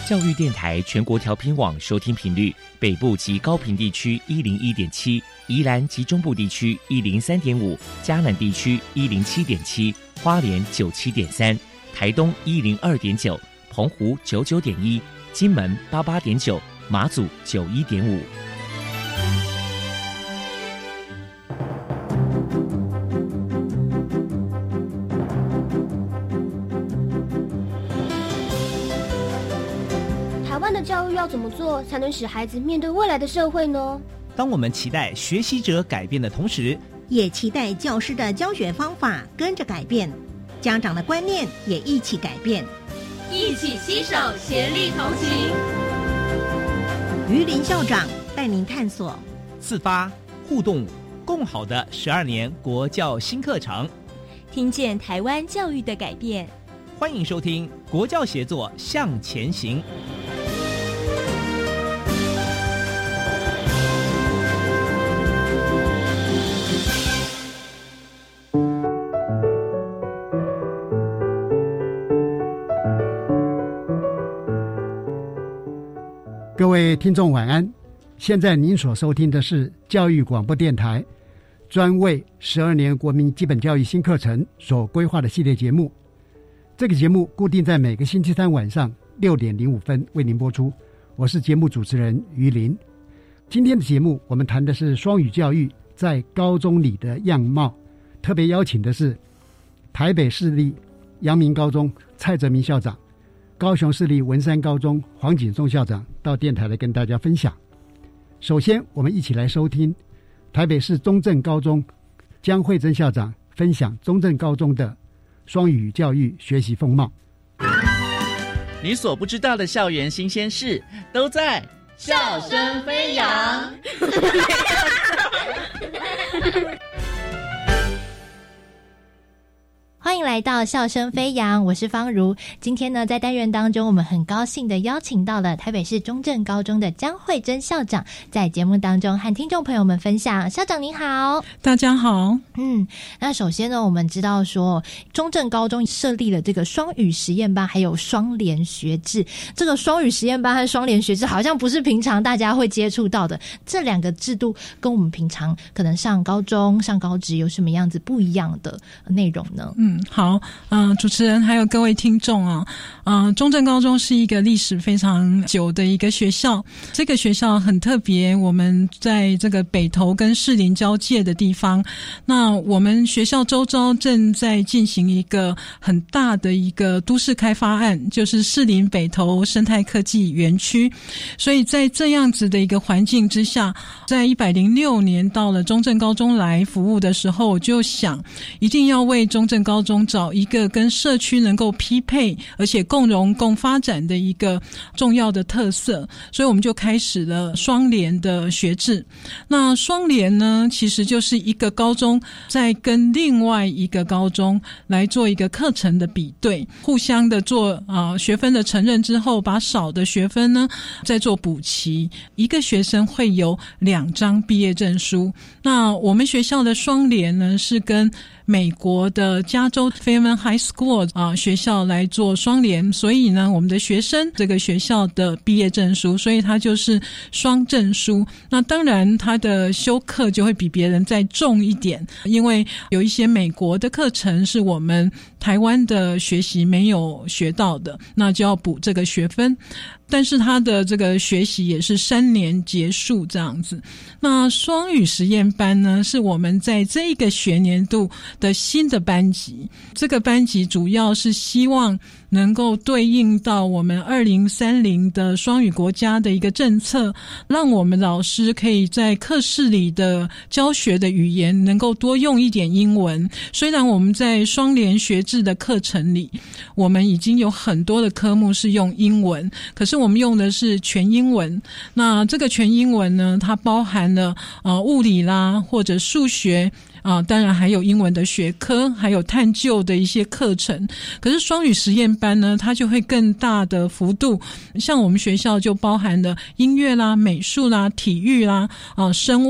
教育电台全国调频网收听频率：北部及高屏地区101.7，宜兰及中部地区103.5，嘉南地区107.7，花莲97.3，台东102.9，澎湖99.1，金门88.9，马祖91.5。 教育要怎么做才能使孩子面对未来的社会呢？ 当我们期待学习者改变的同时， 也期待教师的教学方法跟着改变，家长的观念也一起改变， 一起携手协力同行。 于林校长带您探索自发互动共好的12年国教新课程， 听见台湾教育的改变。 欢迎收听国教协作向前行。 各位听众晚安，现在您所收听的是教育广播电台专为12年国民基本教育新课程所规划的系列节目。这个节目固定在每个星期三晚上6点05分为您播出，我是节目主持人于林。今天的节目我们谈的是双语教育在高中里的样貌，特别邀请的是台北市立阳明高中蔡泽明校长，高雄市立文山高中黄锦松校长到电台来跟大家分享。首先我们一起来收听台北市中正高中江慧珍校长分享中正高中的双语教育学习风貌。 你所不知道的校园新鲜事都在笑声飞扬。 欢迎来到笑声飞扬，我是方如。今天呢，在单元当中，我们很高兴的邀请到了台北市中正高中的江慧珍校长，在节目当中和听众朋友们分享。校长您好。 大家好。 那首先呢，我们知道说中正高中设立了这个双语实验班还有双联学制，这个双语实验班和双联学制好像不是平常大家会接触到的，这两个制度跟我们平常可能上高中上高职有什么样子不一样的内容呢？ 好，主持人还有各位听众啊，中正高中是一个历史非常久的一个学校，这个学校很特别，我们在这个北投跟士林交界的地方，那我们学校周遭正在进行一个很大的一个都市开发案，就是士林北投生态科技园区，所以在这样子的一个环境之下，在106年到了中正高中来服务的时候，我就想一定要为中正高中找一个跟社区能够匹配而且共荣共发展的一个重要的特色，所以我们就开始了双联的学制。那双联呢，其实就是一个高中在跟另外一个高中来做一个课程的比对，互相的做学分的承认之后，把少的学分呢再做补齐，一个学生会有2张毕业证书。那我们学校的双联呢是跟美国的加州 Fayman High School 学校来做双联，所以呢我们的学生这个学校的毕业证书，所以它就是双证书。那当然它的修课就会比别人再重一点，因为有一些美国的课程是我们台湾的学习没有学到的，那就要补这个学分，但是他的这个学习也是3年结束这样子。那双语实验班呢，是我们在这个学年度的新的班级，这个班级主要是希望能够对应到我们2030的双语国家的一个政策，让我们老师可以在课室里的教学的语言能够多用一点英文。虽然我们在双联学制的课程里，我们已经有很多的科目是用英文，可是我们用的是全英文。那这个全英文呢，它包含了物理啦，或者数学当然还有英文的学科，还有探究的一些课程。可是双语实验班呢，它就会更大的幅度，像我们学校就包含了音乐啦、美术啦、体育啦、生物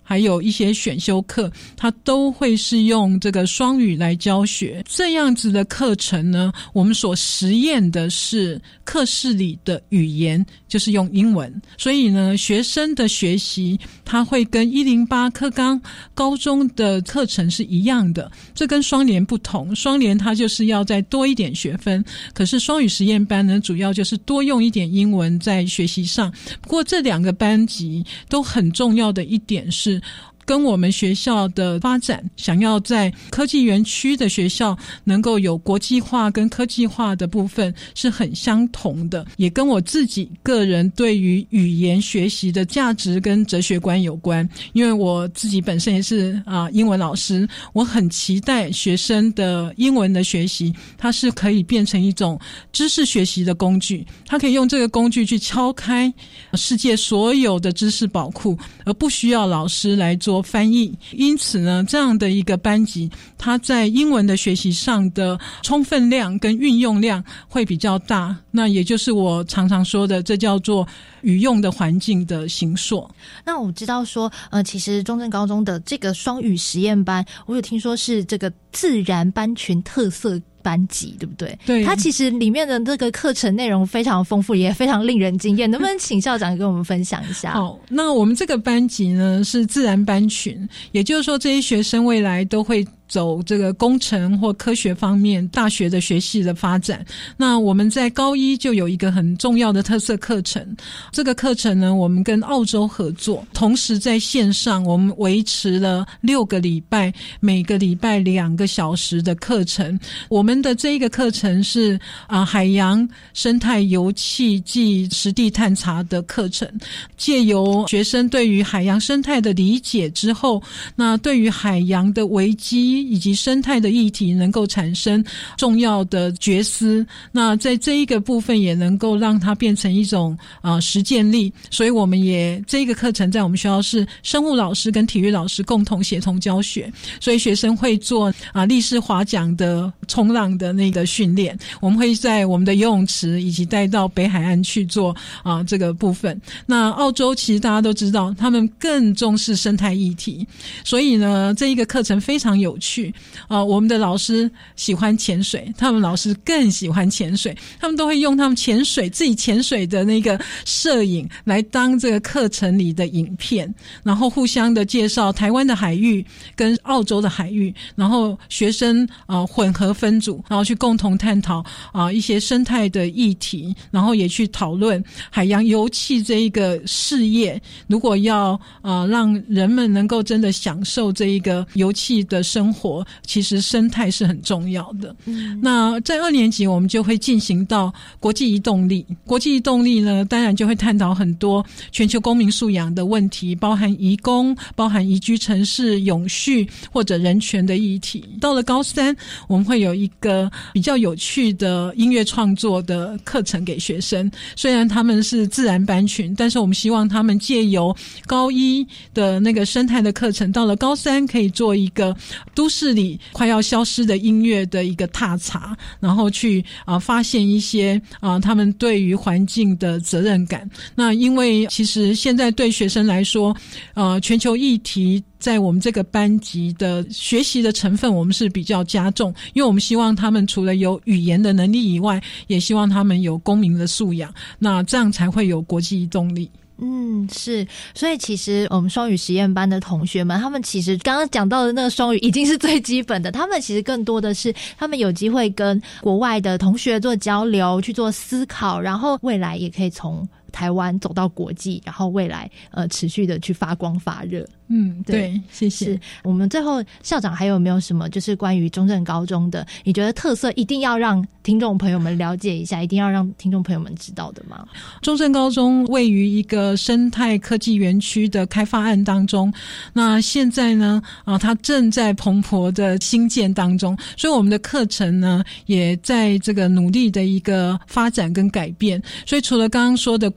还有一些选修课，它都会是用这个双语来教学。这样子的课程呢，我们所实验的是课室里的语言，就是用英文。所以呢，学生的学习它会跟108课纲高中的课程是一样的。这跟双联不同，双联它就是要再多一点学分，可是双语实验班呢，主要就是多用一点英文在学习上。不过这两个班级都很重要的一点是，跟我们学校的发展，想要在科技园区的学校能够有国际化跟科技化的部分是很相同的，也跟我自己个人对于语言学习的价值跟哲学观有关。因为我自己本身也是英文老师，我很期待学生的英文的学习，它是可以变成一种知识学习的工具，它可以用这个工具去敲开世界所有的知识宝库，而不需要老师来做翻译。因此呢，这样的一个班级，它在英文的学习上的充分量跟运用量会比较大，那也就是我常常说的，这叫做语用的环境的形塑。 那我知道说其实中正高中的这个双语实验班，我有听说是这个自然班群特色班级，对不对？ 对， 它其实里面的这个课程内容非常丰富，也非常令人惊艳。能不能请校长跟我们分享一下？ 好，那我们这个班级呢是自然班群，也就是说这些学生未来都会走这个工程或科学方面大学的学系的发展。那我们在高一就有一个很重要的特色课程，这个课程呢我们跟澳洲合作，同时在线上我们维持了6个礼拜，每个礼拜2个小时的课程。我们的这一个课程是海洋生态油气暨实地探查的课程，借由学生对于海洋生态的理解之后，那对于海洋的危机以及生态的议题能够产生重要的觉思，那在这一个部分也能够让它变成一种实践力。所以我们也这一个课程在我们学校是生物老师跟体育老师共同协同教学，所以学生会做立式划桨的冲浪的那个训练，我们会在我们的游泳池以及带到北海岸去做这个部分。那澳洲其实大家都知道，他们更重视生态议题，所以呢这一个课程非常有趣我们的老师喜欢潜水，他们老师更喜欢潜水，他们都会用他们自己潜水的那个摄影来当这个课程里的影片，然后互相的介绍台湾的海域跟澳洲的海域，然后学生混合分组，然后去共同探讨一些生态的议题，然后也去讨论海洋油气这一个事业，如果要让人们能够真的享受这一个油气的生活，其实生态是很重要的。那在2年级我们就会进行到国际移动力，国际移动力呢当然就会探讨很多全球公民素养的问题，包含移工，包含宜居城市永续或者人权的议题。到了高3我们会有一个比较有趣的音乐创作的课程给学生，虽然他们是自然班群，但是我们希望他们借由高1的那个生态的课程，到了高3可以做一个都市里快要消失的音乐的一个踏查，然后去发现一些他们对于环境的责任感。那因为其实现在对学生来说全球议题在我们这个班级的学习的成分我们是比较加重，因为我们希望他们除了有语言的能力以外，也希望他们有公民的素养，那这样才会有国际移动力。 是，所以其实我们双语实验班的同学们，他们其实刚刚讲到的那个双语已经是最基本的，他们其实更多的是他们有机会跟国外的同学做交流，去做思考，然后未来也可以从台湾走到国际，然后未来持续的去发光发热。 对，谢谢。 我们最后校长还有没有什么就是关于中正高中的你觉得特色一定要让听众朋友们了解一下，一定要让听众朋友们知道的吗？ 中正高中位于一个生态科技园区的开发案当中，那现在呢它正在蓬勃的兴建当中，所以我们的课程呢也在这个努力的一个发展跟改变。所以除了刚刚说的国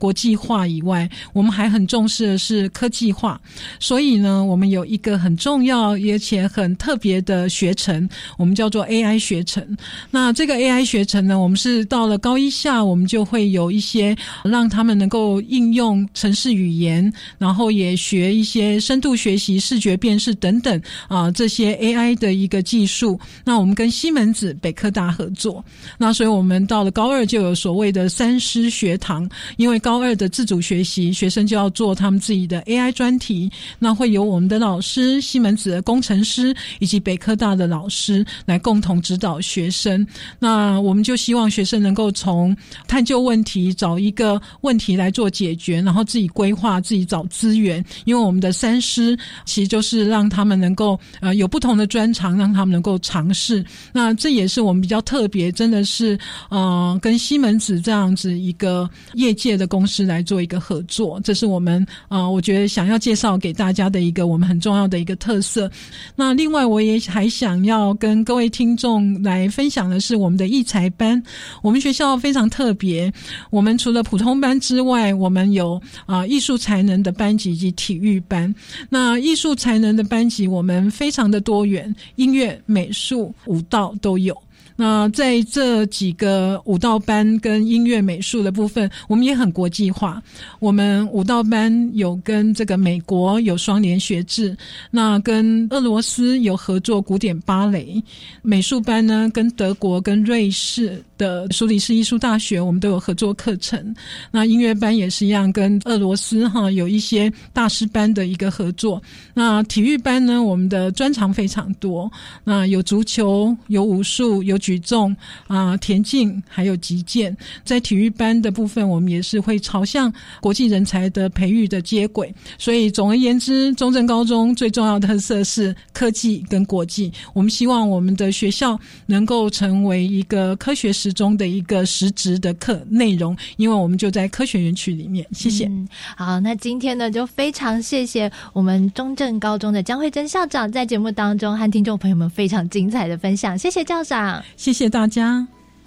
国际化以外，我们还很重视的是科技化。所以呢，我们有一个很重要而且很特别的学程，我们叫做 AI 学程。那这个 AI 学程呢，我们是到了高一下，我们就会有一些让他们能够应用程式语言，然后也学一些深度学习、视觉辨识等等这些 AI 的一个技术。那我们跟西门子、北科大合作，那所以我们到了高二就有所谓的3师学堂，因为高二的自主学习，学生就要做他们自己的 AI 专题，那会由我们的老师、西门子的工程师以及北科大的老师来共同指导学生。那我们就希望学生能够从探究问题，找一个问题来做解决，然后自己规划、自己找资源。因为我们的3师其实就是让他们能够有不同的专长，让他们能够尝试。那这也是我们比较特别，真的是跟西门子这样子一个业界的公司来做一个合作，这是我们我觉得想要介绍给大家的一个我们很重要的一个特色。那另外我也还想要跟各位听众来分享的是我们的艺才班。我们学校非常特别，我们除了普通班之外，我们有艺术才能的班级以及体育班。那艺术才能的班级我们非常的多元，音乐、美术、舞蹈都有。那在这几个舞蹈班跟音乐美术的部分，我们也很国际化。我们舞蹈班有跟这个美国有双联学制，那跟俄罗斯有合作古典芭蕾。美术班呢，跟德国跟瑞士的苏黎世艺术大学我们都有合作课程。那音乐班也是一样，跟俄罗斯有一些大师班的一个合作。那体育班呢，我们的专长非常多，那有足球、有武术、有举重田径，还有击剑。在体育班的部分，我们也是会朝向国际人才的培育的接轨。所以总而言之，中正高中最重要的特色是科技跟国际。我们希望我们的学校能够成为一个科学时钟的一个实质的课内容，因为我们就在科学园区里面。谢谢。 好，那今天呢，就非常谢谢我们中正高中的江慧珍校长在节目当中和听众朋友们非常精彩的分享。谢谢校长。 谢谢大家。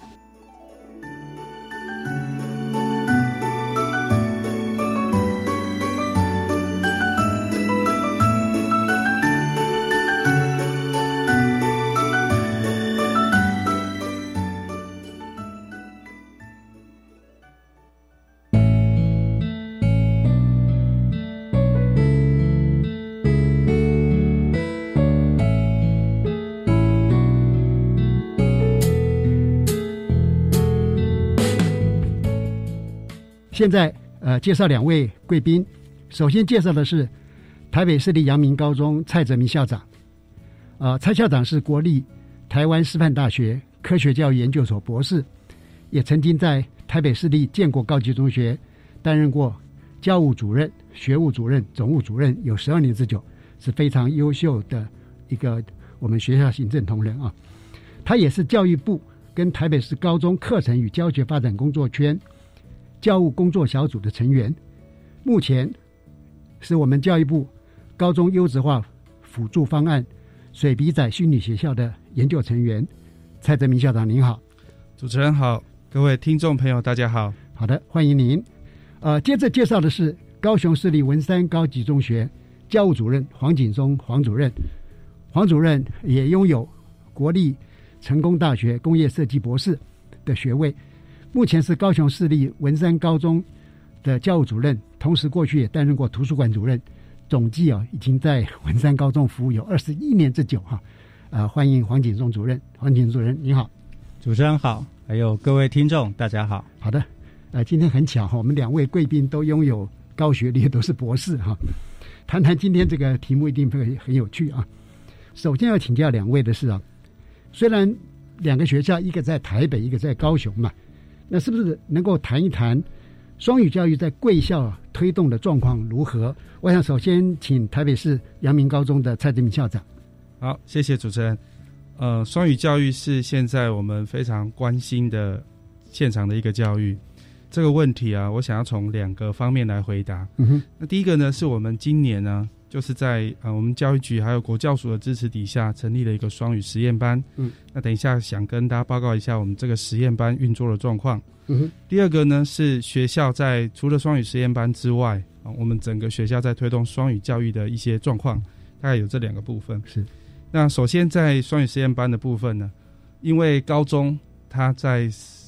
现在介绍2位贵宾。首先介绍的是台北市立阳明高中蔡泽明校长。蔡校长是国立台湾师范大学科学教育研究所博士，也曾经在台北市立建国高级中学担任过教务主任、学务主任、总务主任，有12年之久，是非常优秀的一个我们学校行政同仁啊。他也是教育部跟台北市高中课程与教学发展工作圈教务工作小组的成员，目前是我们教育部高中优质化辅助方案水笔仔虚拟学校的研究成员。蔡泽明校长您好。 主持人好，各位听众朋友大家好。 好的，欢迎您。接着介绍的是高雄市立文山高级中学教务主任黄锦松黄主任。黄主任也拥有国立成功大学工业设计博士的学位，目前是高雄市立文山高中的教务主任，同时过去也担任过图书馆主任，总计已经在文山高中服务有21年之久哈。欢迎黄锦松主任。黄锦松主任您好。 主持人好，还有各位听众大家好。 好的，今天很巧哈，我们2位贵宾都拥有高学历，都是博士哈。谈谈今天这个题目一定会很有趣啊。首先要请教2位的是虽然2个学校一个在台北一个在高雄嘛，那是不是能够谈一谈双语教育在贵校推动的状况如何？我想首先请台北市阳明高中的蔡泽明校长。 好，谢谢主持人。双语教育是现在我们非常关心的现场的一个教育。这个问题我想要从2个方面来回答。那第一个呢，是我们今年呢就是在我们教育局还有国教署的支持底下成立了一个双语实验班。那等一下想跟大家报告一下我们这个实验班运作的状况。第二个呢是学校在除了双语实验班之外，我们整个学校在推动双语教育的一些状况，大概有这2个部分。是。那首先在双语实验班的部分呢，因为高中他在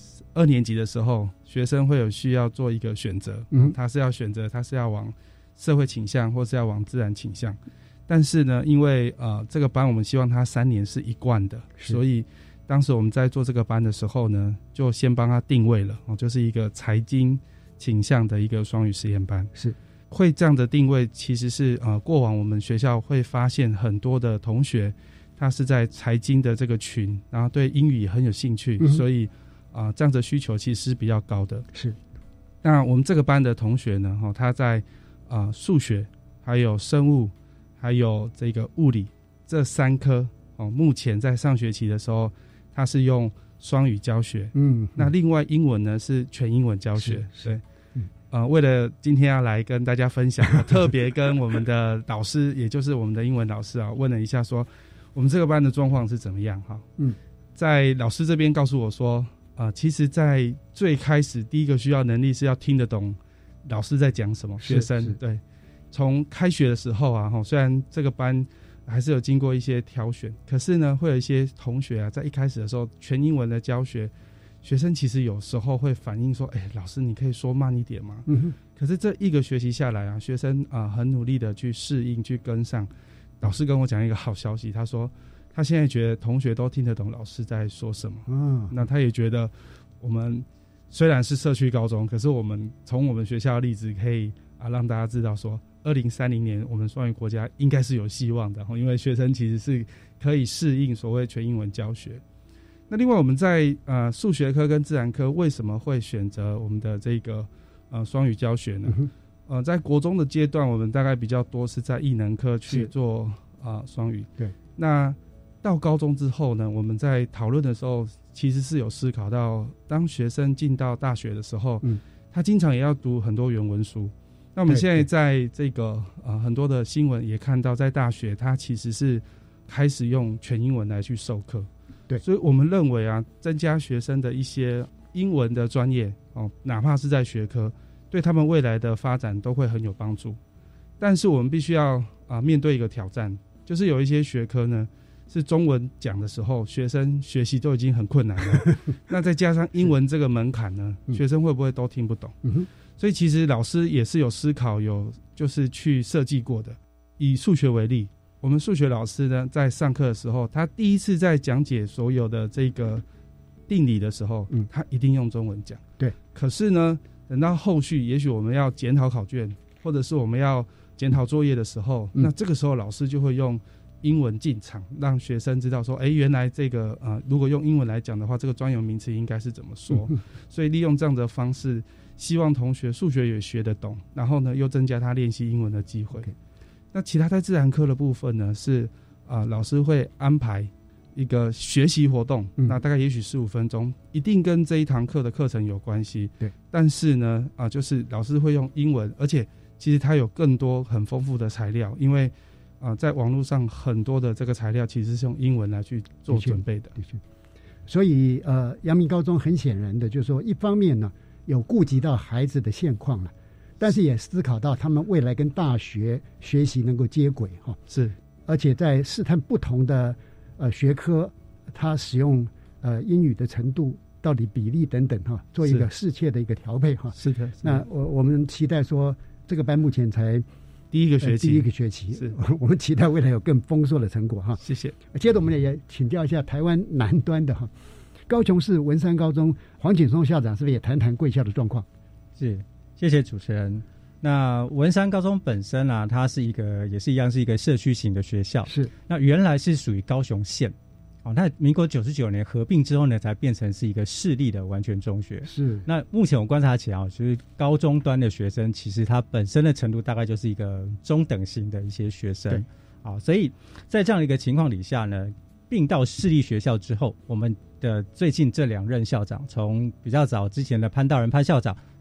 2年级的时候，学生会有需要做一个选择，他是要选择他是要往社会倾向或是要往自然倾向。但是呢，因为这个班我们希望他3年是一贯的，所以当时我们在做这个班的时候呢，就先帮他定位了，就是一个财经倾向的一个双语实验班。是会这样的定位，其实是过往我们学校会发现很多的同学他是在财经的这个群，然后对英语也很有兴趣，所以这样的需求其实是比较高的。是。那我们这个班的同学呢，他在数学还有生物还有这个物理这3科目前在上学期的时候他是用双语教学。那另外英文呢是全英文教学。对。为了今天要来跟大家分享，特别跟我们的老师也就是我们的英文老师问了一下说我们这个班的状况是怎么样。在老师这边告诉我说其实在最开始第一个需要能力是要听得懂老师在讲什么，学生。对，从开学的时候虽然这个班还是有经过一些挑选，可是呢会有一些同学在一开始的时候全英文的教学，学生其实有时候会反映说老师你可以说慢一点吗？可是这1个学期下来学生很努力的去适应去跟上。老师跟我讲一个好消息，他说他现在觉得同学都听得懂老师在说什么。那他也觉得我们虽然是社区高中，可是我们从我们学校的例子可以让大家知道说2030年我们双语国家应该是有希望的，因为学生其实是可以适应所谓全英文教学。那另外我们在数学科跟自然科为什么会选择我们的这个双语教学呢？在国中的阶段我们大概比较多是在艺能科去做双语。对。那到高中之后呢，我们在讨论的时候其实是有思考到当学生进到大学的时候他经常也要读很多原文书。那我们现在在这个很多的新闻也看到在大学他其实是开始用全英文来去授课。对，所以我们认为增加学生的一些英文的专业哪怕是在学科对他们未来的发展都会很有帮助。但是我们必须要面对一个挑战，就是有一些学科呢是中文讲的时候学生学习都已经很困难了那再加上英文这个门槛呢学生会不会都听不懂？所以其实老师也是有思考有就是去设计过的。以数学为例，我们数学老师呢在上课的时候他第一次在讲解所有的这个定理的时候他一定用中文讲。对。可是呢等到后续也许我们要检讨考卷或者是我们要检讨作业的时候那这个时候老师就会用英文进场，让学生知道说原来这个如果用英文来讲的话这个专有名词应该是怎么说。所以利用这样的方式希望同学数学也学得懂，然后呢又增加他练习英文的机会。那其他在自然科的部分呢是老师会安排一个学习活动，那大概也许15分钟，一定跟这一堂课的课程有关系。对。但是呢就是老师会用英文，而且其实他有更多很丰富的材料，因为在网络上很多的这个材料其实是用英文来去做准备的。 所以阳明高中很显然的就是说一方面呢有顾及到孩子的现况了，但是也思考到他们未来跟大学学习能够接轨是，而且在试探不同的学科他使用英语的程度到底比例等等做一个适切的一个调配是的。那我们期待说这个班目前才第一个学期是我们期待未来有更丰硕的成果谢谢。接着我们也请教一下台湾南端的高雄市文山高中黄景松校长，是不是也谈谈贵校的状况？ 是，谢谢主持人。那文山高中本身它是一个也是一样是一个社区型的学校，是那原来是属于高雄县那民国99年合并之后呢才变成是一个市立的完全中学。是那目前我观察起来就是高中端的学生其实他本身的程度大概就是一个中等型的一些学生所以在这样的一个情况底下呢，并到市立学校之后，我们的最近这2任校长，从比较早之前的潘道仁潘校长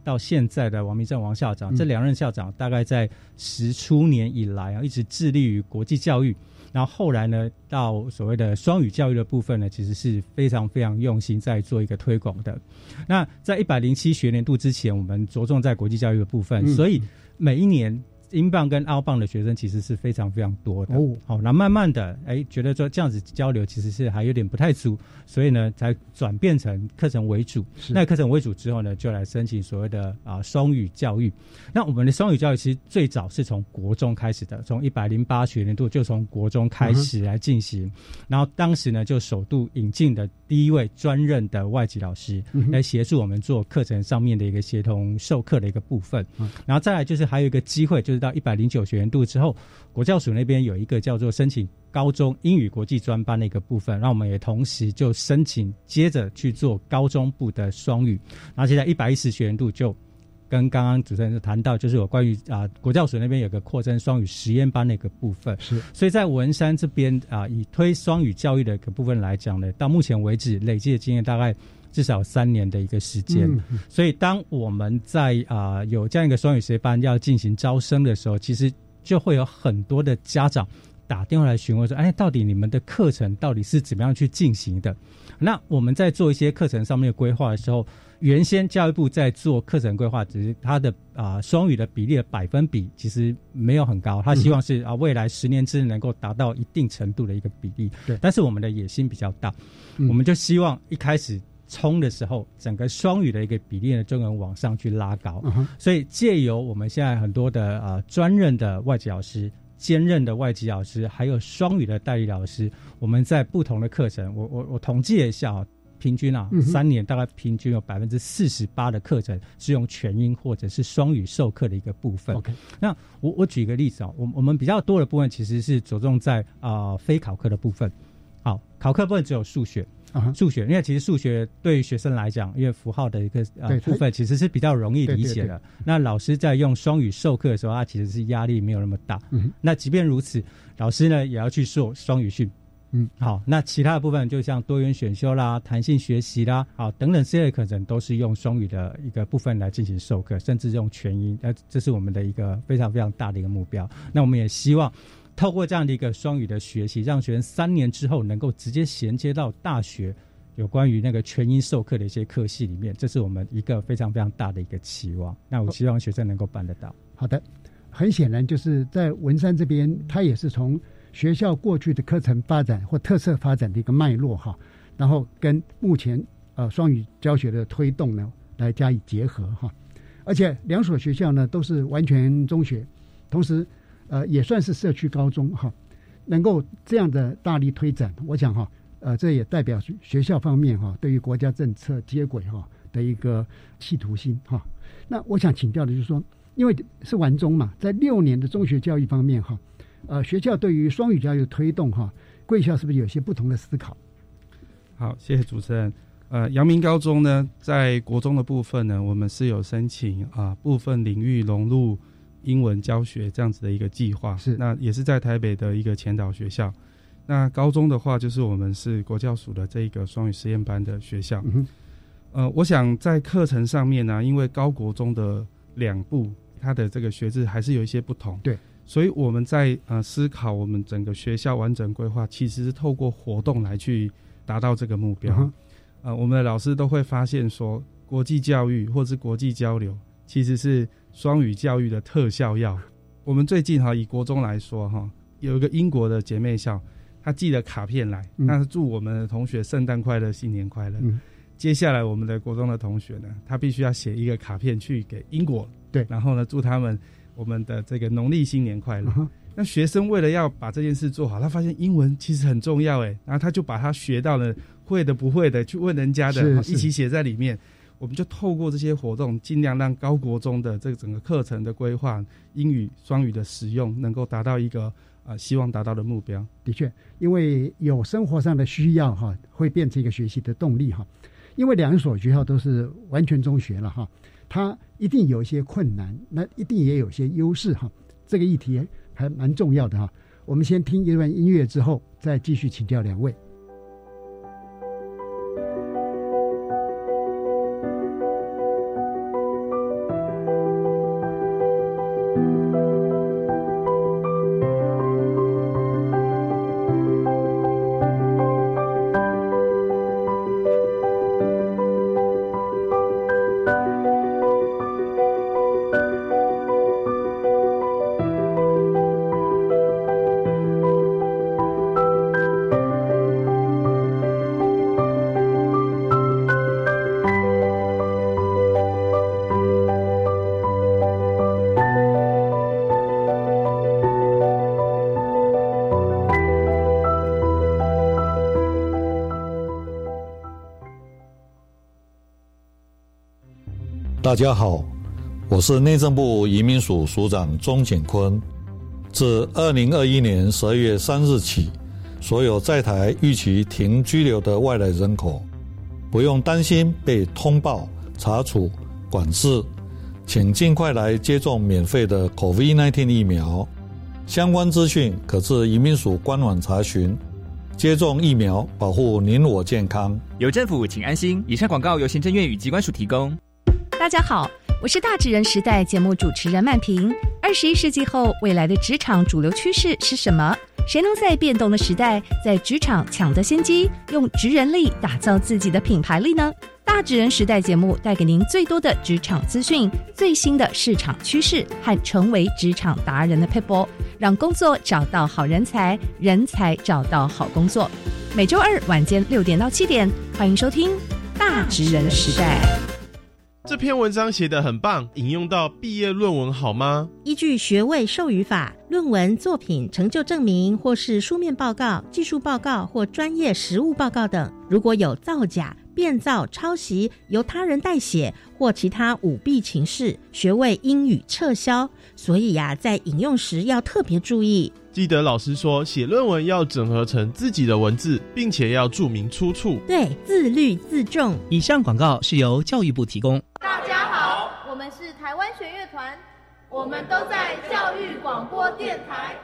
到现在的王明正王校长，这2任校长大概在10初年以来一直致力于国际教育，然后后来呢到所谓的双语教育的部分呢，其实是非常非常用心在做一个推广的。那在107学年度之前，我们着重在国际教育的部分，所以每一年英镑跟澳镑的学生其实是非常非常多的。好，那慢慢的觉得说这样子交流其实是还有点不太足，所以呢才转变成课程为主。那课程为主之后呢，就来申请所谓的双语教育。那我们的双语教育其实最早是从国中开始的，从108学年度就从国中开始来进行。然后当时呢就首度引进的第一位专任的外籍老师来协助我们做课程上面的一个协同授课的一个部分。然后再来就是还有一个机会，就是到109学年度之后，国教署那边有一个叫做申请高中英语国际专班的一个部分，让我们也同时就申请接着去做高中部的双语。然后现在110学年度就跟刚刚主持人就谈到，就是有关于国教署那边有个扩增双语实验班的一个部分。是，所以在文山这边以推双语教育的一个部分来讲呢，到目前为止累积的经验大概至少3年的一个时间。所以当我们在有这样一个双语实验班要进行招生的时候，其实就会有很多的家长打电话来询问说，到底你们的课程到底是怎么样去进行的？那我们在做一些课程上面的规划的时候，原先教育部在做课程规划，只是它的双语的比例的百分比其实没有很高，他希望是未来10年之内能够达到一定程度的一个比例。对，但是我们的野心比较大，我们就希望一开始冲的时候，整个双语的一个比例呢就能往上去拉高。所以借由我们现在很多的专任的外籍老师、兼任的外籍老师，还有双语的代理老师，我们在不同的课程，我统计了一下平均3年大概平均有48%的课程是用全英或者是双语授课的一个部分。那我举一个例子我们比较多的部分其实是着重在非考课的部分。好，考课部分只有数学。因为其实数学对于学生来讲，因为符号的一个部分其实是比较容易理解的。那老师在用双语授课的时候，他其实是压力没有那么大。那即便如此，老师呢也要去做双语训。好，那其他的部分就像多元选修啦、弹性学习啦，好等等这类课程都是用双语的一个部分来进行授课，甚至用全英。这是我们的一个非常非常大的一个目标。那我们也希望透过这样的一个双语的学习，让学生3年之后能够直接衔接到大学有关于那个全英授课的一些课系里面，这是我们一个非常非常大的一个期望。那我希望学生能够办得到。 好的，很显然就是在文山这边，它也是从学校过去的课程发展或特色发展的一个脉络然后跟目前双语教学的推动呢来加以结合而且2所学校呢都是完全中学，同时也算是社区高中能够这样的大力推展，我想这也代表学校方面对于国家政策接轨的一个企图心那我想请教的就是说，因为是完中嘛，在6年的中学教育方面学校对于双语教育的推动贵校是不是有些不同的思考？ 好，谢谢主持人。阳明高中呢，在国中的部分呢，我们是有申请部分领域融入英文教学这样子的一个计划，是那也是在台北的一个前导学校。那高中的话，就是我们是国教署的这一个双语实验班的学校。我想在课程上面呢，因为高国中的2部，它的这个学制还是有一些不同。对。所以我们在思考我们整个学校完整规划，其实是透过活动来去达到这个目标。我们的老师都会发现说，国际教育或是国际交流其实是双语教育的特效药。我们最近以国中来说有一个英国的姐妹校，他寄了卡片来，那祝我们的同学圣诞快乐、新年快乐。接下来我们的国中的同学呢，他必须要写一个卡片去给英国，对，然后呢祝他们我们的这个农历新年快乐。那学生为了要把这件事做好，他发现英文其实很重要然后他就把他学到了会的不会的去问人家的，一起写在里面。我们就透过这些活动，尽量让高国中的这个整个课程的规划、英语双语的使用能够达到一个希望达到的目标。 的确，因为有生活上的需要会变成一个学习的动力因为2所学校都是完全中学了它一定有一些困难，那一定也有一些优势这个议题还蛮重要的我们先听一段音乐之后，再继续请教2位。 大家好，我是内政部移民署署长钟景坤。自2021年12月3日起，所有在台逾期停居留的外来人口，不用担心被通报、查处、管制，请尽快来接种免费的 COVID-19 疫苗。相关资讯可至移民署官网查询。接种疫苗，保护您我健康。 有政府，请安心。以上广告由行政院与疾管署提供。 大家好，我是大职人时代节目主持人曼平。21世纪后，未来的职场主流趋势是什么？谁能在变动的时代，在职场抢得先机，用职人力打造自己的品牌力呢？大职人时代节目带给您最多的职场资讯、最新的市场趋势和成为职场达人的撇步，让工作找到好人才，人才找到好工作。每周二晚间6点到7点，欢迎收听大职人时代。 这篇文章写得很棒，引用到毕业论文好吗？ 依据学位授予法，论文、作品、成就证明或是书面报告、技术报告或专业实务报告等，如果有造假、变造、抄袭、由他人代写或其他舞弊情事，学位应予撤销。所以在引用时要特别注意。 记得老师说，写论文要整合成自己的文字，并且要注明出处。 对，自律自重。 以上广告是由教育部提供。 大家好，我们是台湾弦乐团，我们都在教育广播电台。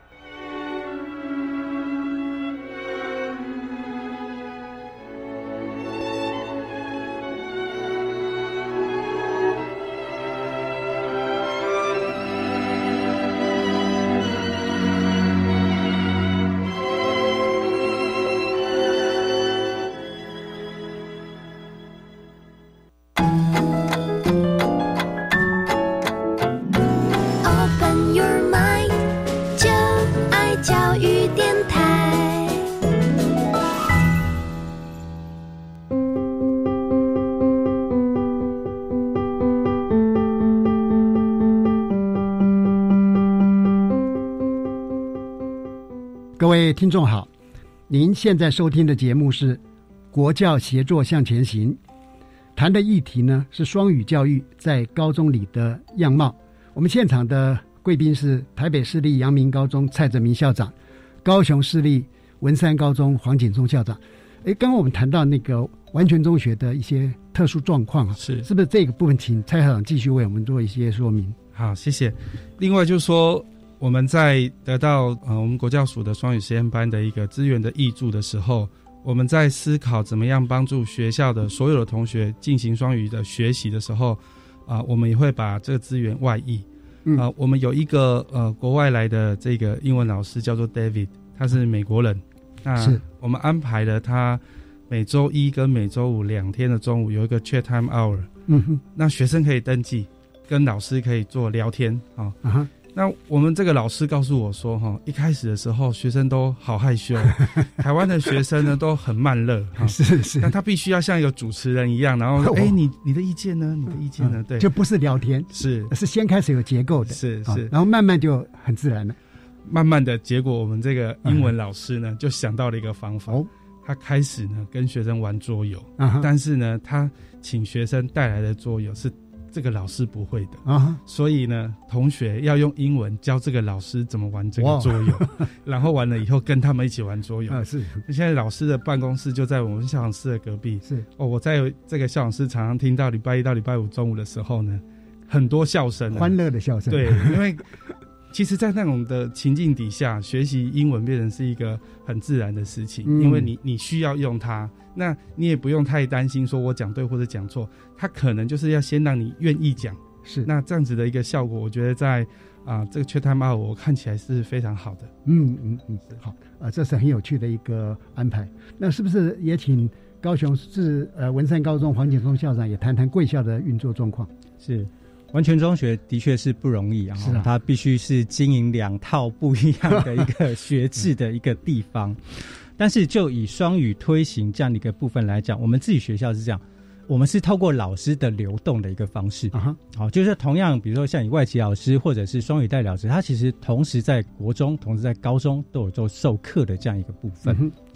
各位听众好，您现在收听的节目是国教协作向前行，谈的议题呢是双语教育在高中里的样貌。我们现场的贵宾是台北市立阳明高中蔡哲明校长，高雄市立文山高中黄景忠校长。刚刚我们谈到那个完全中学的一些特殊状况啊，是不是这个部分请蔡校长继续为我们做一些说明？ 好，谢谢。另外就是说，我们在得到我们国教署的双语实验班的一个资源的挹注的时候，我们在思考怎么样帮助学校的所有的同学进行双语的学习的时候，我们也会把这个资源外溢。我们有一个国外来的这个英文老师叫做 David， 他是美国人。那我们安排了他每周一跟每周五2天的中午有一个 chat time hour，那学生可以登记，跟老师可以做聊天啊。那我们这个老师告诉我说，一开始的时候学生都好害羞，台湾的学生呢都很慢热，是，那他必须要像一个主持人一样，然后你的意见呢？你的意见呢？对， 就不是聊天，是先开始有结构的，是，然后慢慢就很自然了。 慢慢的结果，我们这个英文老师呢就想到了一个方法，他开始呢跟学生玩桌游，但是呢他请学生带来的桌游是这个老师不会的，所以呢同学要用英文教这个老师怎么玩这个桌游，然后完了以后跟他们一起玩桌游。是，现在老师的办公室就在我们校长室的隔壁。是，我在这个校长室常常听到礼拜一到礼拜五中午的时候呢，很多笑声， 欢乐的笑声。 对，因为其实在那种的情境底下，学习英文变成是一个很自然的事情，因为你需要用它，那你也不用太担心说我讲对或者讲错，它可能就是要先让你愿意讲。是，那这样子的一个效果，我觉得在这个chat time hour我看起来是非常好的。 好，这是很有趣的一个安排。那是不是也请高雄市文山高中黄景忠校长也谈谈贵校的运作状况？ 是。完全中学的确是不容易，它必须是经营2套不一样的一个学制的一个地方。但是就以双语推行这样的一个部分来讲，我们自己学校是这样，我们是透过老师的流动的一个方式。好，就是同样比如说像以外籍老师或者是双语代理老师，他其实同时在国中同时在高中都有做授课的这样一个部分。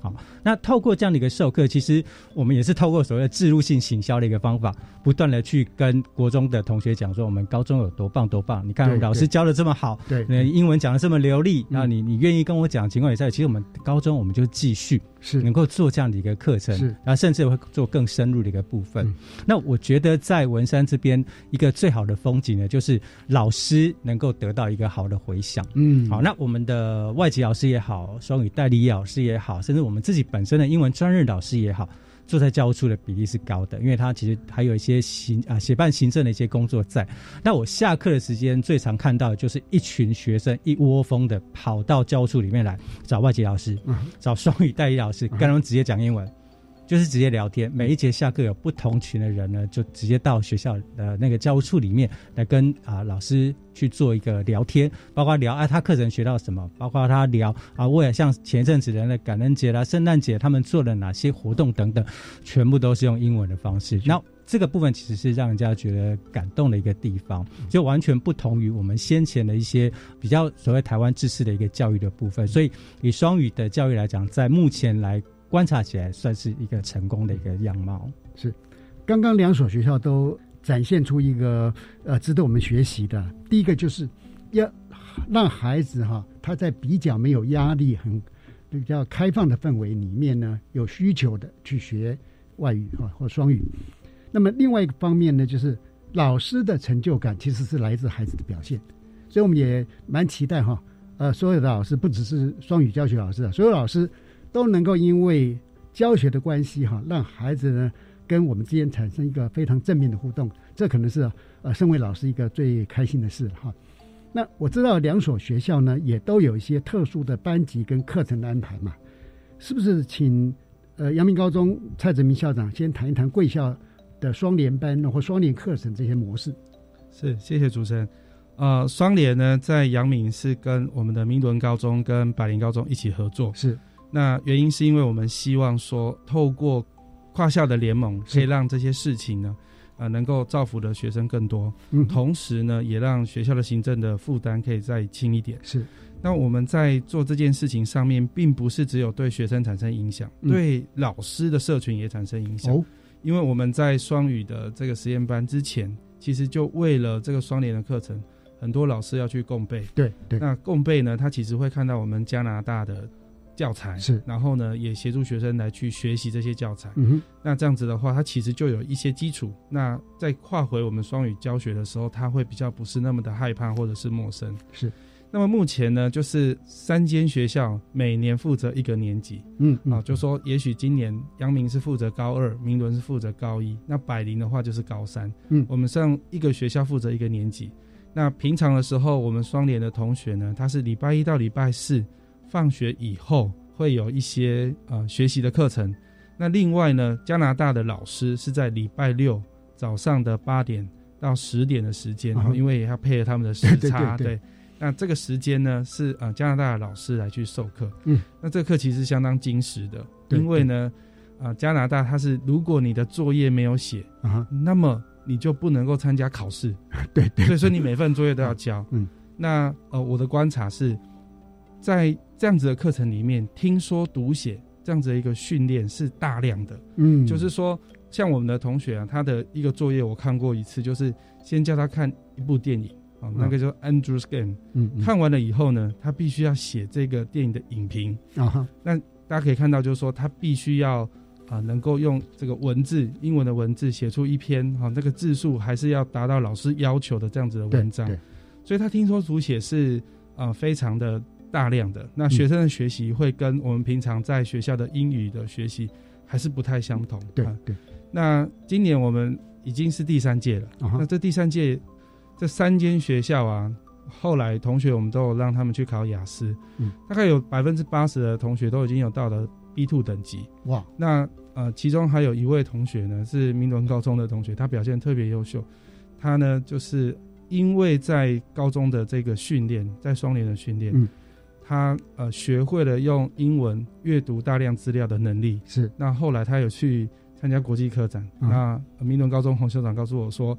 好，那透过这样的一个授课，其实我们也是透过所谓的置入性行销的一个方法，不断的去跟国中的同学讲说，我们高中有多棒多棒，你看老师教的这么好，对，英文讲的这么流利，然后你愿意跟我讲情况也在，其实我们高中我们就继续是能够做这样的一个课程，是，然后甚至会做更深入的一个部分。那我觉得在文山这边一个最好的风景呢，就是老师能够得到一个好的回响。好，那我们的外籍老师也好，双语代理老师也好，甚至我们自己本身的英文专任老师也好，坐在教务处的比例是高的，因为他其实还有一些协办行政的一些工作在。那我下课的时间最常看到的就是一群学生一窝蜂的跑到教务处里面来找外籍老师，找双语代理老师，跟他们直接讲英文，就是直接聊天。每一节下课有不同群的人呢，就直接到学校的那个教务处里面来跟老师去做一个聊天，包括聊他课程学到什么，包括他聊为了像前一阵子的那感恩节啦、圣诞节他们做了哪些活动等等，全部都是用英文的方式。那这个部分其实是让人家觉得感动的一个地方，就完全不同于我们先前的一些比较所谓台湾制式的一个教育的部分。所以以双语的教育来讲，在目前来观察起来算是一个成功的一个样貌。 是，刚刚两所学校都展现出一个值得我们学习的。第一个就是要让孩子他在比较没有压力、很比较开放的氛围里面呢，有需求的去学外语或双语。那么另外一个方面呢，就是老师的成就感其实是来自孩子的表现，所以我们也蛮期待所有的老师，不只是双语教学老师所有老师都能够因为教学的关系让孩子呢跟我们之间产生一个非常正面的互动，这可能是身为老师一个最开心的事那我知道两所学校呢也都有一些特殊的班级跟课程的安排嘛，是不是请阳明高中蔡哲明校长先谈一谈贵校的双联班或双联课程这些模式？ 是，谢谢主持人。双联呢在阳明是跟我们的明伦高中跟百灵高中一起合作，是。那原因是因为我们希望说透过跨校的联盟可以让这些事情呢能够造福的学生更多，同时呢也让学校的行政的负担可以再轻一点。是。那我们在做这件事情上面并不是只有对学生产生影响，对老师的社群也产生影响。因为我们在双语的这个实验班之前，其实就为了这个双联的课程，很多老师要去共备。对，那共备呢，他其实会看到我们加拿大的教材，是，然后呢也协助学生来去学习这些教材。那这样子的话，他其实就有一些基础。那在跨回我们双语教学的时候，他会比较不是那么的害怕或者是陌生。是。那么目前呢，就是3间学校每年负责1个年级。就说也许今年阳明是负责高2，明伦是负责高1，那百灵的话就是高3。我们上一个学校负责1个年级。那平常的时候，我们双联的同学呢，他是礼拜1到礼拜4放学以后会有一些学习的课程。那另外呢，加拿大的老师是在礼拜6早上的8点到10点的时间，因为也要配合他们的时差。对。那这个时间呢是加拿大的老师来去授课。那这个课其实相当精实的，因为呢加拿大它是如果你的作业没有写，那么你就不能够参加考试。对，所以你每份作业都要交。那我的观察是在这样子的课程里面，听说读写这样子的一个训练是大量的。就是说像我们的同学他的一个作业我看过一次，就是先叫他看一部电影，那个叫 Andrew's Game。看完了以后呢，他必须要写这个电影的影评。那大家可以看到就是说他必须要能够用这个文字，英文的文字写出一篇那个字数还是要达到老师要求的这样子的文章。所以他听说读写是非常的大量的。那学生的学习会跟我们平常在学校的英语的学习还是不太相同。对。那今年我们已经是第3届了。那这第3届这3间学校后来同学我们都有让他们去考雅思。大概有80%的同学都已经有到了 B2 等级。哇！那其中还有一位同学呢是明伦高中的同学，他表现特别优秀。他呢就是因为在高中的这个训练，在双联的训练，他学会了用英文阅读大量资料的能力。是。那后来他有去参加国际科展。那明伦高中洪校长告诉我说，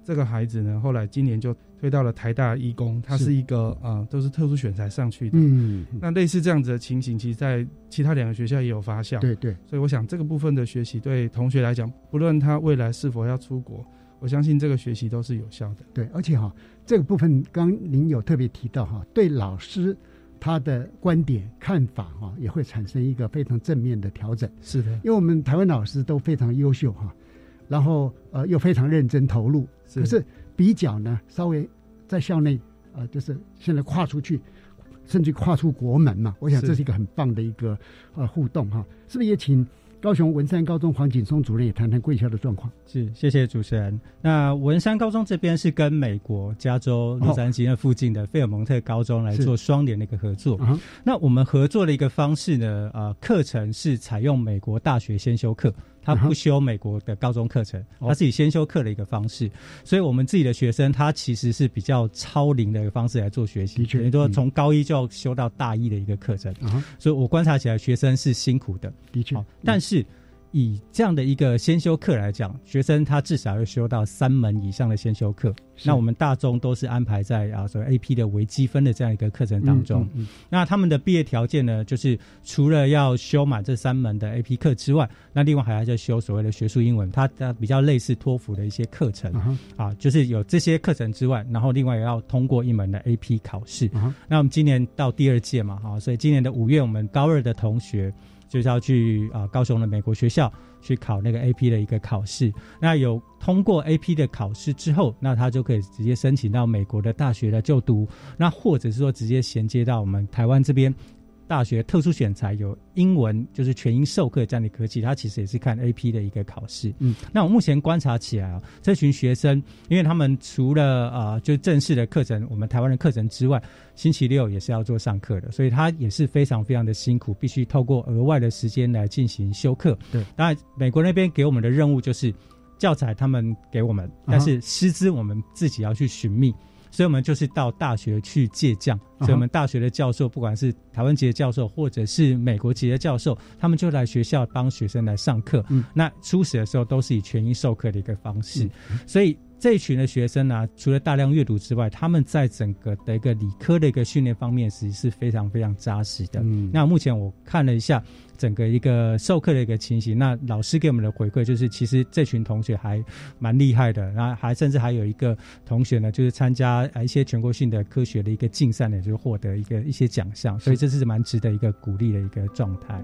这个孩子呢，后来今年就推到了台大医工，他是一个都是特殊选材上去的。那类似这样子的情形，其实在其他2个学校也有发酵。 对对， 所以我想这个部分的学习对同学来讲，不论他未来是否要出国，我相信这个学习都是有效的。 对，而且这个部分刚您有特别提到对老师他的观点看法也会产生一个非常正面的调整。 是的， 因为我们台湾老师都非常优秀然后又非常认真投入，可是比较呢稍微在校内就是现在跨出去，甚至跨出国门嘛，我想这是一个很棒的一个互动是不是也请高雄文山高中黄锦松主任也谈谈贵校的状况？ 是，谢谢主持人。那文山高中这边是跟美国加州洛杉矶那附近的费尔蒙特高中来做双联的一个合作。那我们合作的一个方式呢，课程是采用美国大学先修课，他不修美国的高中课程，他是以先修课的一个方式，所以我们自己的学生他其实是比较超龄的一个方式来做学习，等于说从高一就要修到大一的一个课程。所以我观察起来学生是辛苦的， 的确， 但是以这样的一个先修课来讲，学生他至少要修到3门以上的先修课。那我们大中都是安排在所谓 AP 的微积分的这样一个课程当中。那他们的毕业条件呢，就是除了要修满这3门的 AP 课之外，那另外还要再修所谓的学术英文，它比较类似托福的一些课程。就是有这些课程之外，然后另外也要通过1门的 AP 考试。那我们今年到第2届嘛，所以今年的5月，我们高2的同学就是要去高雄的美国学校去考那个 AP 的一个考试。那有通过 AP 的考试之后，那他就可以直接申请到美国的大学来就读，那或者是说直接衔接到我们台湾这边大学特殊选材有英文就是全英授课这样的科技，它其实也是看 AP 的一个考试。那我目前观察起来这群学生，因为他们除了就正式的课程，我们台湾的课程之外，星期六也是要做上课的，所以他也是非常非常的辛苦，必须透过额外的时间来进行修课。对，当然美国那边给我们的任务就是教材他们给我们，但是师资我们自己要去寻觅。所以我们就是到大学去借将，所以我们大学的教授，不管是台湾籍的教授或者是美国籍的教授，他们就来学校帮学生来上课。那初始的时候都是以全英授课的一个方式。所以这一群的学生除了大量阅读之外，他们在整个的一个理科的一个训练方面其实是非常非常扎实的。那目前我看了一下整个一个授课的一个情形，那老师给我们的回馈就是其实这群同学还蛮厉害的，然后甚至还有一个同学呢就是参加一些全国性的科学的一个竞赛呢，就是获得一些奖项，所以这是蛮值得一个鼓励的一个状态。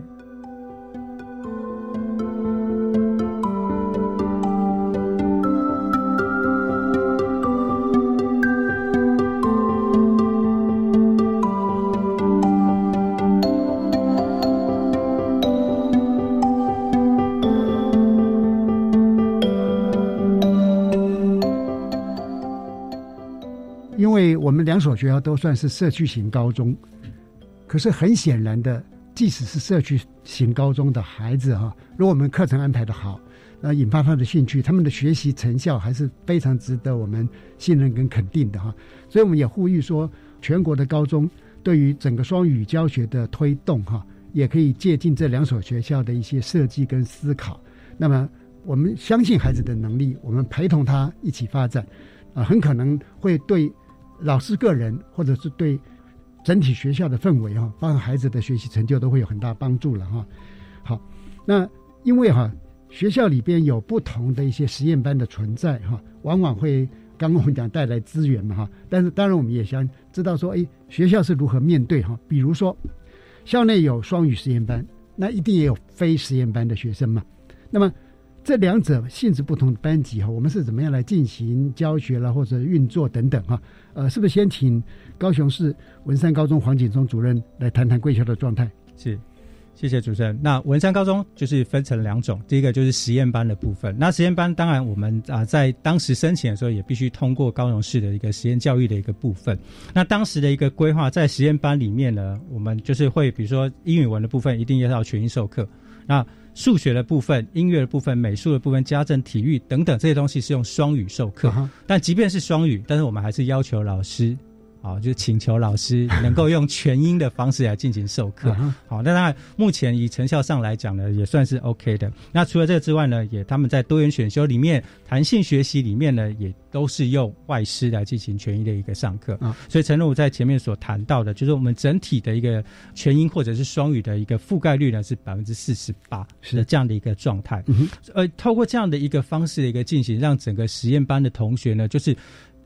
因为我们2所学校都算是社区型高中，可是很显然的，即使是社区型高中的孩子如果我们课程安排的好，引发他的兴趣，他们的学习成效还是非常值得我们信任跟肯定的所以我们也呼吁说，全国的高中对于整个双语教学的推动也可以借鉴这2所学校的一些设计跟思考。那么我们相信孩子的能力，我们陪同他一起发展很可能会对老师个人或者是对整体学校的氛围包括孩子的学习成就都会有很大帮助了好，那因为学校里边有不同的一些实验班的存在往往会刚刚我们讲带来资源嘛但是当然我们也想知道说学校是如何面对比如说校内有双语实验班，那一定也有非实验班的学生嘛，那么这2者性质不同的班级我们是怎么样来进行教学啦或者运作等等是不是先请高雄市文山高中黄锦松主任来谈谈贵校的状态？ 是，谢谢主持人。那文山高中就是分成2种，第一个就是实验班的部分。那实验班当然我们在当时申请的时候也必须通过高雄市的一个实验教育的一个部分。那当时的一个规划，在实验班里面呢，我们就是会比如说英语文的部分一定要全英授课，那数学的部分、音乐的部分、美术的部分、家政、体育等等这些东西是用双语授课。但即便是双语，但是我们还是要求老师就是请求老师能够用全英的方式来进行授课。好，那当然目前以成效上来讲呢，也算是 OK 的。那除了这个之外呢，他们在多元选修里面、弹性学习里面呢，也都是用外师来进行全英的一个上课。所以诚如我在前面所谈到的，就是我们整体的一个全英或者是双语的一个覆盖率呢是48%的这样的一个状态。透过这样的一个方式的一个进行，让整个实验班的同学呢，就是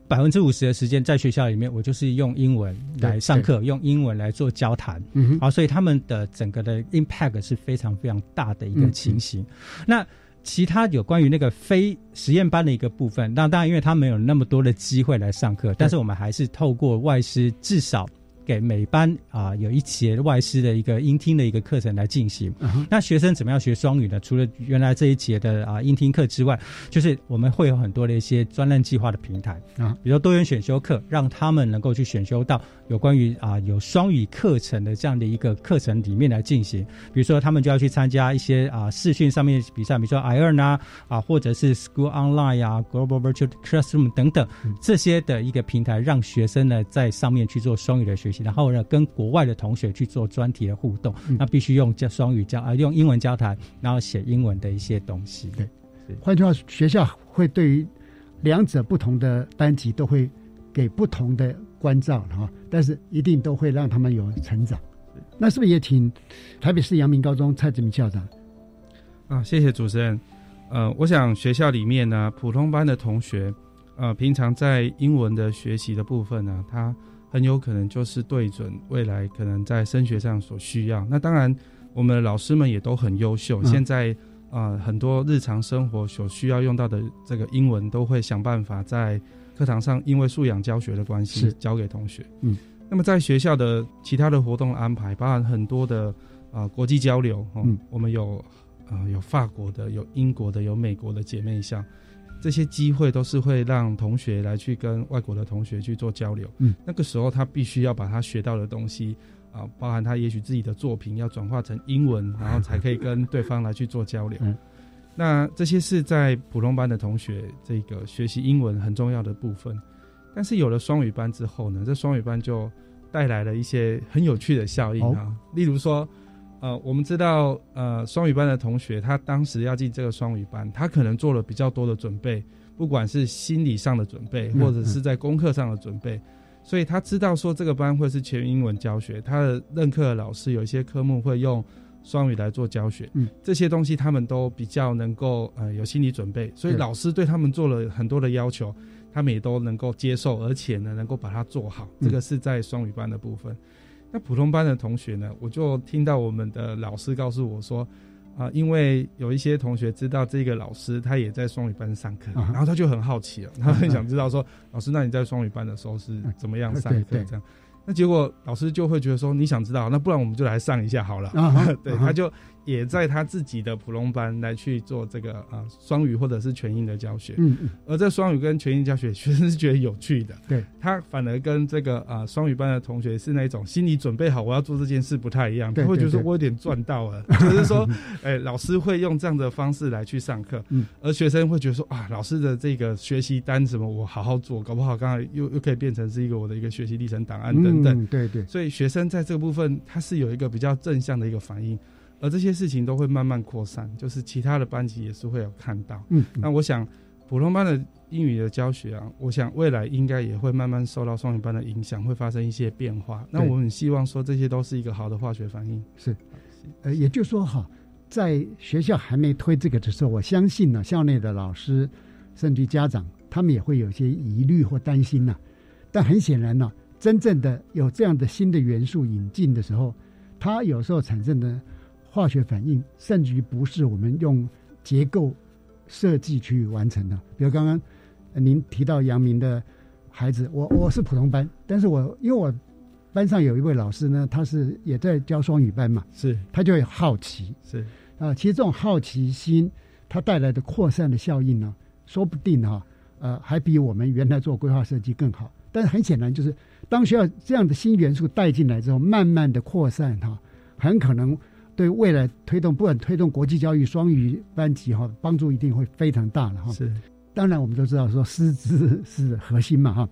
50%的时间在学校里面，我就是用英文来上课，用英文来做交谈。所以他们的整个的 impact 是非常非常大的一个情形。那其他有关于那个非实验班的一个部分，那当然因为他没有那么多的机会来上课，但是我们还是透过外师至少给每班有一节外师的一个英听的一个课程来进行。那学生怎么样学双语呢？除了原来这一节的英听课之外，就是我们会有很多的一些专任计划的平台，比如说多元选修课，让他们能够去选修到有关于有双语课程的这样的一个课程里面来进行。比如说他们就要去参加一些视讯上面比赛，比如说 iEarn 或者是 School Online Global Virtual Classroom 等等这些的一个平台，让学生呢在上面去做双语的学习。然后呢，跟国外的同学去做专题的互动，那必须用双语用英文交谈，然后写英文的一些东西。 对，换句话说，学校会对于两者不同的班级都会给不同的关照但是一定都会让他们有成长。那是不是也请台北市阳明高中蔡志明校长？ 谢谢主持人。我想学校里面呢，普通班的同学，平常在英文的学习的部分呢，他很有可能就是对准未来可能在升学上所需要。那当然我们的老师们也都很优秀，现在很多日常生活所需要用到的这个英文都会想办法在课堂上因为素养教学的关系教给同学。那么在学校的其他的活动安排，包含很多的国际交流，我们有法国的，有英国的，有美国的姐妹校，这些机会都是会让同学来去跟外国的同学去做交流。那个时候他必须要把他学到的东西包含他也许自己的作品要转化成英文，然后才可以跟对方来去做交流。那这些是在普通班的同学这个学习英文很重要的部分。但是有了双语班之后呢，这双语班就带来了一些很有趣的效应例如说我们知道双语班的同学他当时要进这个双语班，他可能做了比较多的准备，不管是心理上的准备或者是在功课上的准备，所以他知道说这个班会是全英文教学，他的任课的老师有一些科目会用双语来做教学，这些东西他们都比较能够有心理准备，所以老师对他们做了很多的要求，他们也都能够接受，而且呢能够把它做好。这个是在双语班的部分。那普通班的同学呢，我就听到我们的老师告诉我说因为有一些同学知道这个老师他也在双语班上课，然后他就很好奇了，他很想知道说老师那你在双语班的时候是怎么样上课这样。那结果老师就会觉得说你想知道，那不然我们就来上一下好了对，他就也在他自己的普通班来去做这个双语或者是全英的教学。而这双语跟全英教学学生是觉得有趣的，对，他反而跟这个双语班的同学是那种心理准备好我要做这件事不太一样，他会觉得说我有点赚到了就是说老师会用这样的方式来去上课，而学生会觉得说老师的这个学习单什么我好好做，搞不好刚才又可以变成是一个我的一个学习历程档案等等。 对， 所以学生在这个部分他是有一个比较正向的一个反应，而这些事情都会慢慢扩散，就是其他的班级也是会有看到。那我想普通班的英语的教学我想未来应该也会慢慢受到双语班的影响，会发生一些变化。那我们很希望说这些都是一个好的化学反应。是也就是说在学校还没推这个的时候，我相信校内的老师甚至家长他们也会有些疑虑或担心但很显然真正的有这样的新的元素引进的时候，它有时候产生的化学反应甚至于不是我们用结构设计去完成的。比如刚刚您提到阳明的孩子，我是普通班，但是因为我班上有一位老师呢，他是也在教双语班嘛，是他就会好奇，是其实这种好奇心它带来的扩散的效应呢，说不定还比我们原来做规划设计更好。但是很显然就是当学校这样的新元素带进来之后，慢慢的扩散很可能对未来推动不管推动国际教育双语班级帮助一定会非常大了是，当然我们都知道说师资是核心嘛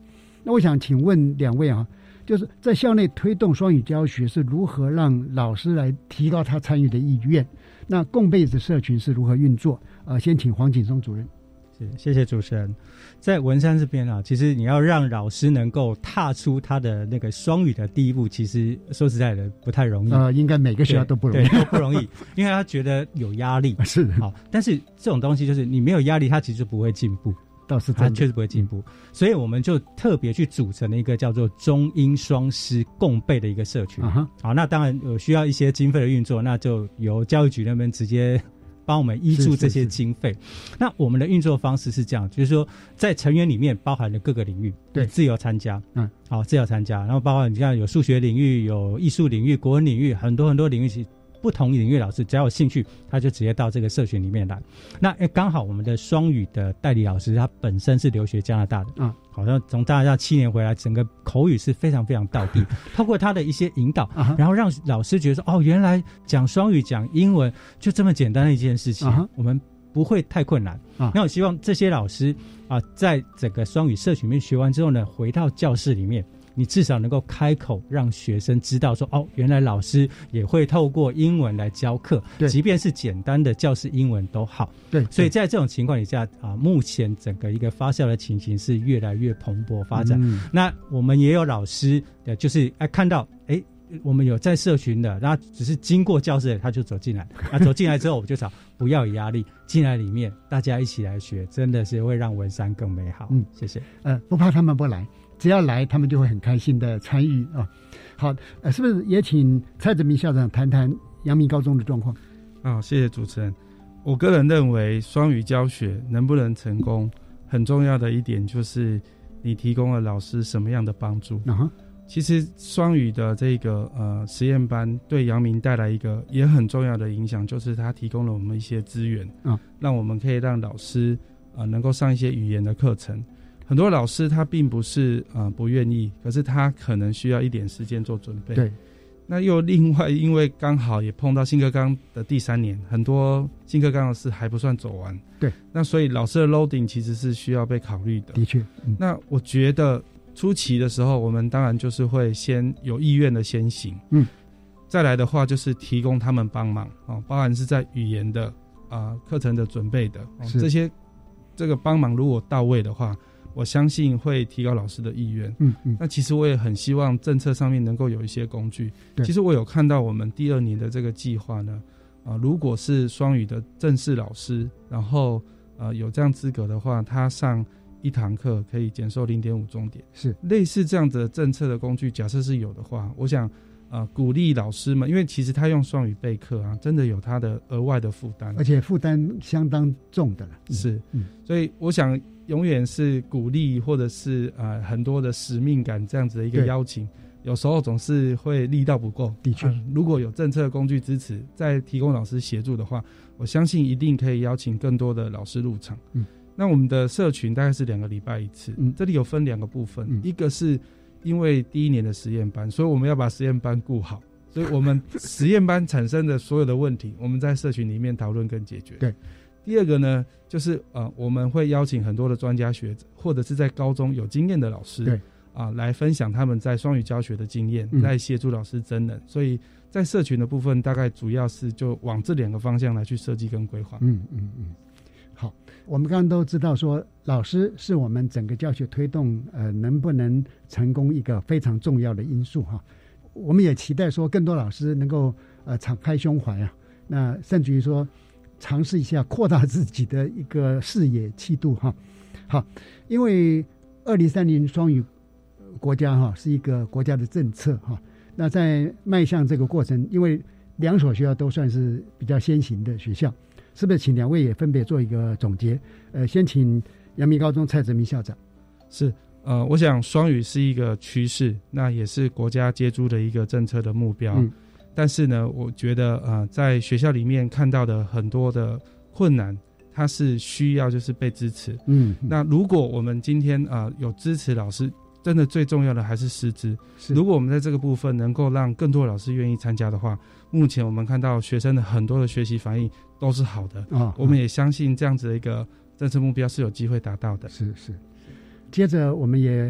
那我想请问两位啊，就是在校内推动双语教学是如何让老师来提高他参与的意愿？那共备的社群是如何运作？先请黄锦松主任。 谢谢主持人。在文山这边啊，其实你要让老师能够踏出他的那个双语的第一步，其实说实在的不太容易。 应该每个学校都不容易， 都不容易，因为他觉得有压力。 是好，但是这种东西就是你没有压力，他其实就不会进步。 倒是真的， 他确实不会进步，所以我们就特别去组成了一个叫做中英双师共备的一个社群。好，那当然有需要一些经费的运作，那就由教育局那边直接帮我们挹注这些经费。那我们的运作方式是这样，就是说在成员里面包含了各个领域，对，自由参加，好，自由参加，然后包括你看有数学领域、有艺术领域、国文领域，很多领域。不同领域老师只要有兴趣，他就直接到这个社群里面来。那刚好我们的双语的代理老师，他本身是留学加拿大的，好像从加拿大7年回来，整个口语是非常非常道地。透过他的一些引导，然后让老师觉得说，原来讲双语、讲英文就这么简单的一件事情，我们不会太困难。那我希望这些老师在整个双语社群里面学完之后呢，回到教室里面。你至少能够开口让学生知道说，原来老师也会透过英文来教课，即便是简单的教室英文都好。对，所以在这种情况底下目前整个一个发酵的情形是越来越蓬勃发展。那我们也有老师就是看到我们有在社群的，那只是经过教室的他就走进来，走进来之后我们就想不要有压力，进来里面大家一起来学，真的是会让文山更美好。谢谢。 不怕他们不来，只要来他们就会很开心的参与啊。好，是不是也请蔡哲明校长谈谈阳明高中的状况？ 谢谢主持人。我个人认为双语教学能不能成功，很重要的一点就是你提供了老师什么样的帮助。其实双语的这个实验班对阳明带来一个也很重要的影响，就是它提供了我们一些资源，让我们可以让老师能够上一些语言的课程。很多老师他并不是不愿意，可是他可能需要一点时间做准备。对，那又另外因为刚好也碰到新课纲的第3年，很多新课纲的事还不算走完。对，那所以老师的 loading 其实是需要被考虑的。的确，那我觉得初期的时候，我们当然就是会先有意愿的先行，再来的话就是提供他们帮忙包含是在语言的课程的准备的这个帮忙如果到位的话，我相信会提高老师的意愿。那其实我也很希望政策上面能够有一些工具。其实我有看到我们第2年的这个计划呢，如果是双语的正式老师，然后有这样资格的话，他上1堂课可以减收0.5钟点，是类似这样的政策的工具，假设是有的话，我想鼓励老师们，因为其实他用双语备课真的有他的额外的负担，而且负担相当重的了。是，所以我想永远是鼓励或者是很多的使命感这样子的一个邀请，有时候总是会力道不够。的确，如果有政策工具支持，再提供老师协助的话，我相信一定可以邀请更多的老师入场。那我们的社群大概是2个礼拜一次，这里有分2个部分，一个是因为第1年的实验班，所以我们要把实验班顾好，所以我们实验班产生的所有的问题，我们在社群里面讨论跟解决。对，第2个呢，就是我们会邀请很多的专家学者，或者是在高中有经验的老师，对来分享他们在双语教学的经验，来协助老师增能。所以在社群的部分，大概主要是就往这2个方向来去设计跟规划。好，我们刚刚都知道说，老师是我们整个教学推动能不能成功一个非常重要的因素哈。我们也期待说，更多老师能够敞开胸怀那甚至于说尝试一下扩大自己的一个视野气度哈。好，因为2030双语国家是一个国家的政策那在迈向这个过程，因为2所学校都算是比较先行的学校。是不是请2位也分别做一个总结？先请阳明高中蔡哲明校长。是，我想双语是一个趋势，那也是国家接诸的一个政策的目标。但是呢，我觉得在学校里面看到的很多的困难，它是需要就是被支持。那如果我们今天有支持老师，真的最重要的还是师资。如果我们在这个部分能够让更多的老师愿意参加的话，目前我们看到学生的很多的学习反应都是好的。我们也相信这样子的一个政策目标是有机会达到的。是。接着我们也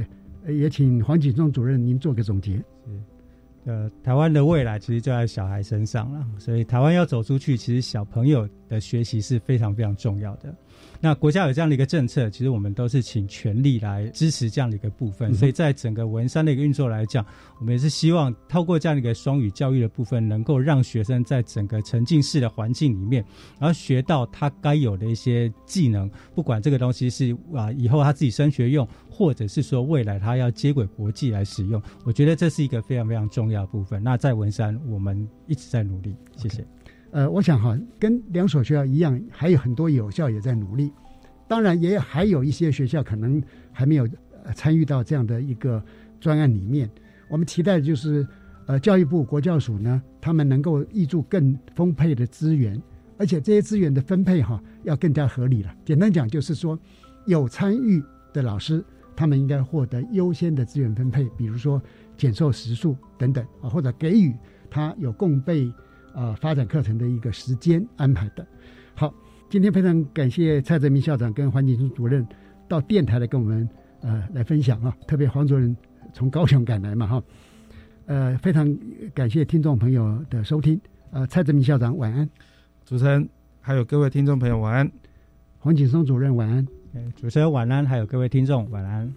也请黄锦忠主任您做个总结。 台湾的未来其实就在小孩身上了，所以台湾要走出去，其实小朋友的学习是非常非常重要的。那国家有这样的一个政策，其实我们都是请全力来支持这样的一个部分，所以在整个文山的一个运作来讲，我们也是希望透过这样的一个双语教育的部分，能够让学生在整个沉浸式的环境里面，然后学到他该有的一些技能，不管这个东西是以后他自己升学用，或者是说未来他要接轨国际来使用，我觉得这是一个非常非常重要的部分。那在文山我们一直在努力，谢谢。 我想跟两所学校一样，还有很多有校也在努力，当然也还有一些学校可能还没有参与到这样的一个专案里面。我们期待的就是教育部国教署呢，他们能够挹注更丰沛的资源，而且这些资源的分配要更加合理了。简单讲就是说，有参与的老师他们应该获得优先的资源分配，比如说减授时数等等或者给予他有共备发展课程的一个时间安排的。好，今天非常感谢蔡泽明校长跟黄锦忠主任到电台来跟我们来分享特别黄主任从高雄赶来嘛非常感谢听众朋友的收听。蔡泽明校长晚安。 主持人还有各位听众朋友晚安。 黄锦忠主任晚安。 主持人晚安，还有各位听众晚安。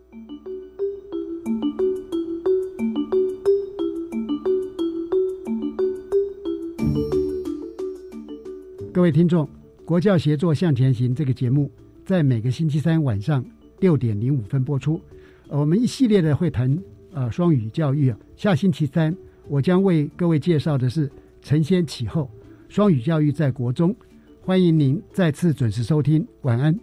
各位听众，国教协作向前行这个节目在每个星期三晚上6点05分播出。我们一系列的会谈双语教育下星期三我将为各位介绍的是承先启后，双语教育在国中。欢迎您再次准时收听，晚安。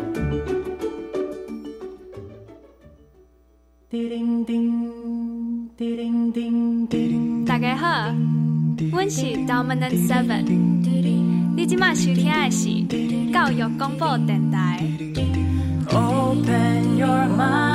叮叮大家好，阮是 Dominant Seven， 你即马收听的是教育广播电台。Open your mind。